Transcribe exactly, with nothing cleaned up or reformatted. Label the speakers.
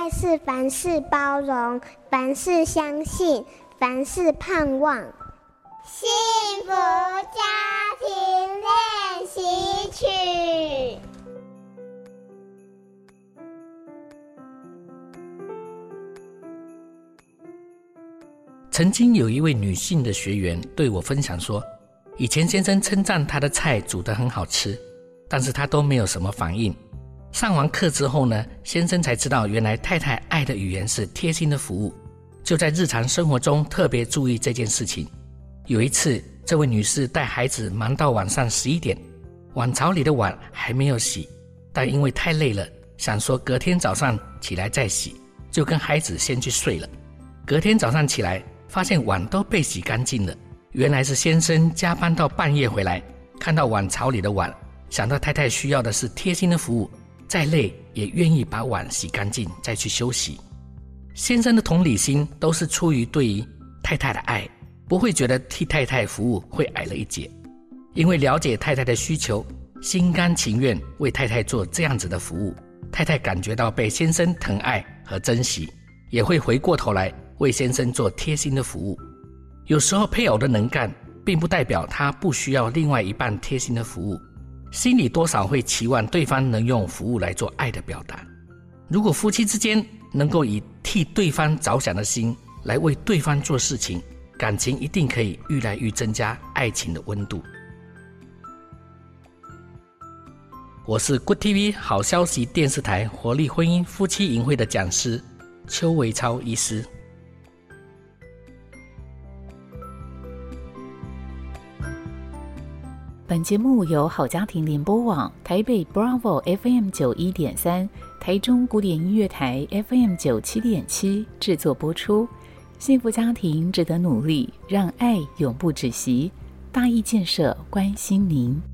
Speaker 1: 爱是凡事包容，凡事相信，凡事盼望。幸福家庭练习曲。
Speaker 2: 曾经有一位女性的学员对我分享说，以前先生称赞她的菜煮得很好吃，但是她都没有什么反应。上完课之后呢，先生才知道原来太太爱的语言是贴心的服务，就在日常生活中特别注意这件事情。有一次，这位女士带孩子忙到晚上十一点，碗槽里的碗还没有洗，但因为太累了，想说隔天早上起来再洗，就跟孩子先去睡了。隔天早上起来，发现碗都被洗干净了，原来是先生加班到半夜回来，看到碗槽里的碗，想到太太需要的是贴心的服务，再累也愿意把碗洗干净再去休息。先生的同理心都是出于对于太太的爱，不会觉得替太太服务会矮了一截，因为了解太太的需求，心甘情愿为太太做这样子的服务，太太感觉到被先生疼爱和珍惜，也会回过头来为先生做贴心的服务。有时候配偶的能干并不代表他不需要另外一半贴心的服务，心里多少会期望对方能用服务来做爱的表达。如果夫妻之间能够以替对方着想的心来为对方做事情，感情一定可以愈来愈增加爱情的温度。我是 Good T V 好消息电视台活力婚姻夫妻营会的讲师邱维超医师。
Speaker 3: 本节目由好家庭联播网、台北 Bravo F M 九十一点三、台中古典音乐台 F M 九十七点七制作播出。幸福家庭值得努力，让爱永不止息。大义建设关心您。